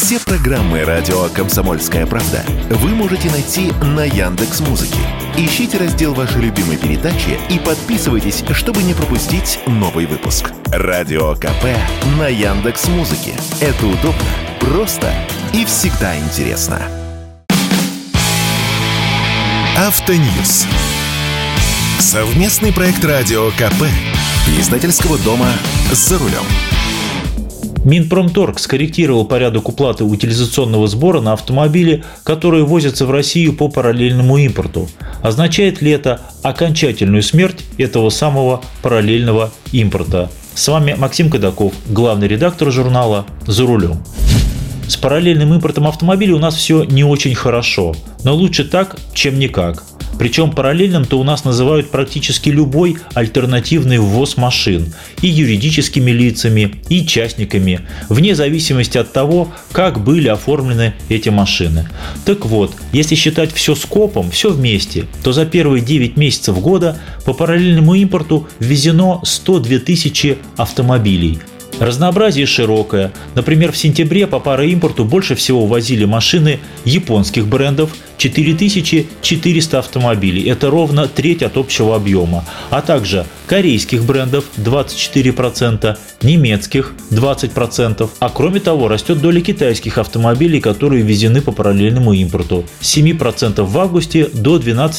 Все программы радио «Комсомольская правда» вы можете найти на Яндекс.Музыке. Ищите раздел вашей любимой передачи и подписывайтесь, чтобы не пропустить новый выпуск. Радио КП на Яндекс.Музыке. Это удобно, просто и всегда интересно. Автоньюз. Совместный проект радио КП и издательского дома «За рулем». Минпромторг скорректировал порядок уплаты утилизационного сбора на автомобили, которые возятся в Россию по параллельному импорту. Означает ли это окончательную смерть этого самого параллельного импорта? С вами Максим Кадаков, главный редактор журнала «За рулем». С параллельным импортом автомобилей у нас все не очень хорошо, но лучше так, чем никак. Причем параллельным-то у нас называют практически любой альтернативный ввоз машин и юридическими лицами, и частниками, вне зависимости от того, как были оформлены эти машины. Так вот, если считать все скопом, все вместе, то за первые 9 месяцев года по параллельному импорту ввезено 102 тысячи автомобилей. Разнообразие широкое. Например, в сентябре по пароимпорту больше всего возили машины японских брендов – 4400 автомобилей. Это ровно треть от общего объема. А также корейских брендов – 24%, немецких – 20%. А кроме того, растет доля китайских автомобилей, которые ввезены по параллельному импорту – с 7% в августе до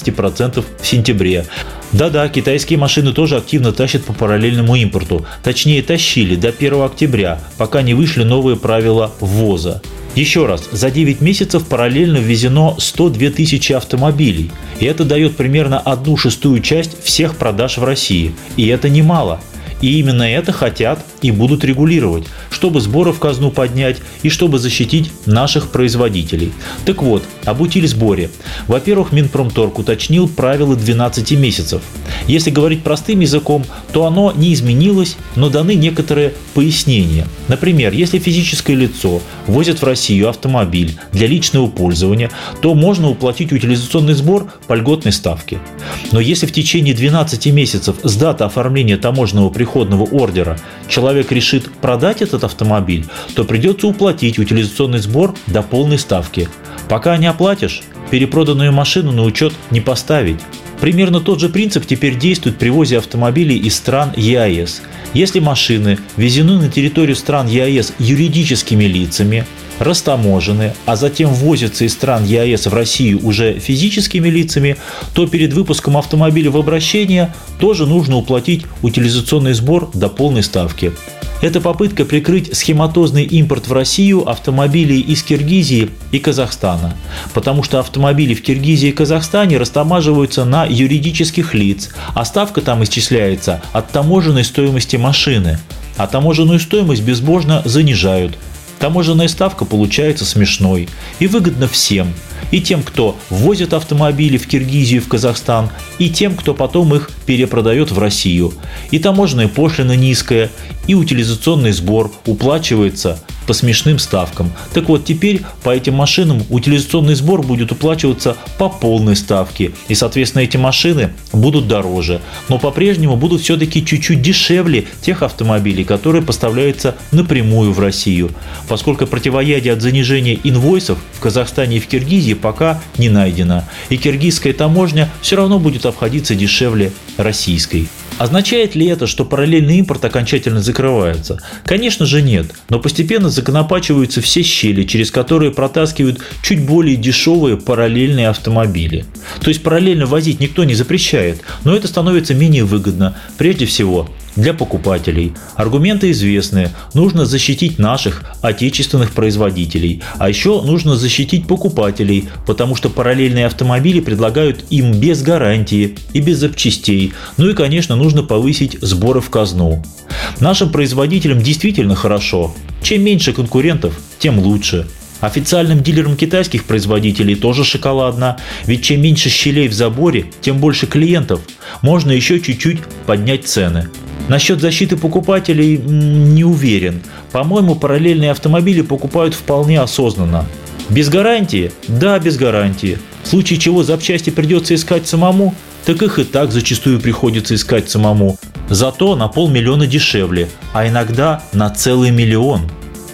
12% в сентябре. Да-да, китайские машины тоже активно тащат по параллельному импорту. Точнее, тащили до 1 октября, пока не вышли новые правила ввоза. Еще раз, за 9 месяцев параллельно ввезено 102 тысячи автомобилей. И это дает примерно 1/6 часть всех продаж в России. И это немало. И именно это хотят и будут регулировать, чтобы сборы в казну поднять и чтобы защитить наших производителей. Так вот, об утильсборе. Во-первых, Минпромторг уточнил правила 12 месяцев. Если говорить простым языком, то оно не изменилось, но даны некоторые пояснения. Например, если физическое лицо возит в Россию автомобиль для личного пользования, то можно уплатить утилизационный сбор по льготной ставке. Но если в течение 12 месяцев с даты оформления таможенного приходного ордера человек решит продать этот автомобиль, то придется уплатить утилизационный сбор до полной ставки. Пока не оплатишь, перепроданную машину на учет не поставить. Примерно тот же принцип теперь действует при ввозе автомобилей из стран ЕАЭС. Если машины ввезены на территорию стран ЕАЭС юридическими лицами, растаможены, а затем ввозятся из стран ЕАЭС в Россию уже физическими лицами, то перед выпуском автомобиля в обращение тоже нужно уплатить утилизационный сбор до полной ставки. Это попытка прикрыть схематозный импорт в Россию автомобилей из Киргизии и Казахстана, потому что автомобили в Киргизии и Казахстане растамаживаются на юридических лиц, а ставка там исчисляется от таможенной стоимости машины, а таможенную стоимость безбожно занижают. Таможенная ставка получается смешной и выгодна всем. И тем, кто ввозит автомобили в Киргизию и в Казахстан, и тем, кто потом их перепродает в Россию. И таможенная пошлина низкая, и утилизационный сбор уплачивается по смешным ставкам. Так вот, теперь по этим машинам утилизационный сбор будет уплачиваться по полной ставке. И, соответственно, эти машины будут дороже. Но по-прежнему будут все-таки чуть-чуть дешевле тех автомобилей, которые поставляются напрямую в Россию. Поскольку противоядие от занижения инвойсов в Казахстане и в Киргизии пока не найдено. И киргизская таможня все равно будет обходиться дешевле российской. Означает ли это, что параллельный импорт окончательно закрывается? Конечно же нет, но постепенно законопачиваются все щели, через которые протаскивают чуть более дешевые параллельные автомобили. То есть параллельно возить никто не запрещает, но это становится менее выгодно, прежде всего для покупателей. Аргументы известны. Нужно защитить наших отечественных производителей. А еще нужно защитить покупателей, потому что параллельные автомобили предлагают им без гарантии и без запчастей. Ну и, конечно, нужно повысить сборы в казну. Нашим производителям действительно хорошо. Чем меньше конкурентов, тем лучше. Официальным дилерам китайских производителей тоже шоколадно, ведь чем меньше щелей в заборе, тем больше клиентов. Можно еще чуть-чуть поднять цены. Насчет защиты покупателей не уверен. По-моему, параллельные автомобили покупают вполне осознанно. Без гарантии? Да, без гарантии. В случае чего запчасти придется искать самому, так их и так зачастую приходится искать самому. Зато на 500 000 дешевле, а иногда на целый 1 000 000.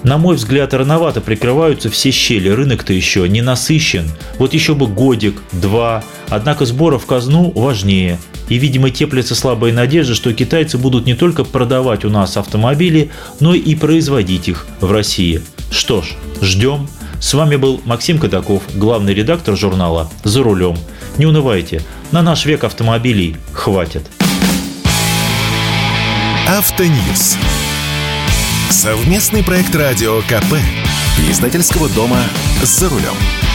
На мой взгляд, рановато прикрываются все щели, рынок-то еще не насыщен. Вот еще бы годик, два, однако сборы в казну важнее. И, видимо, теплится слабая надежда, что китайцы будут не только продавать у нас автомобили, но и производить их в России. Что ж, ждем. С вами был Максим Кадаков, главный редактор журнала «За рулем». Не унывайте, на наш век автомобилей хватит. Автоньюз. Совместный проект радио КП. Издательского дома «За рулем».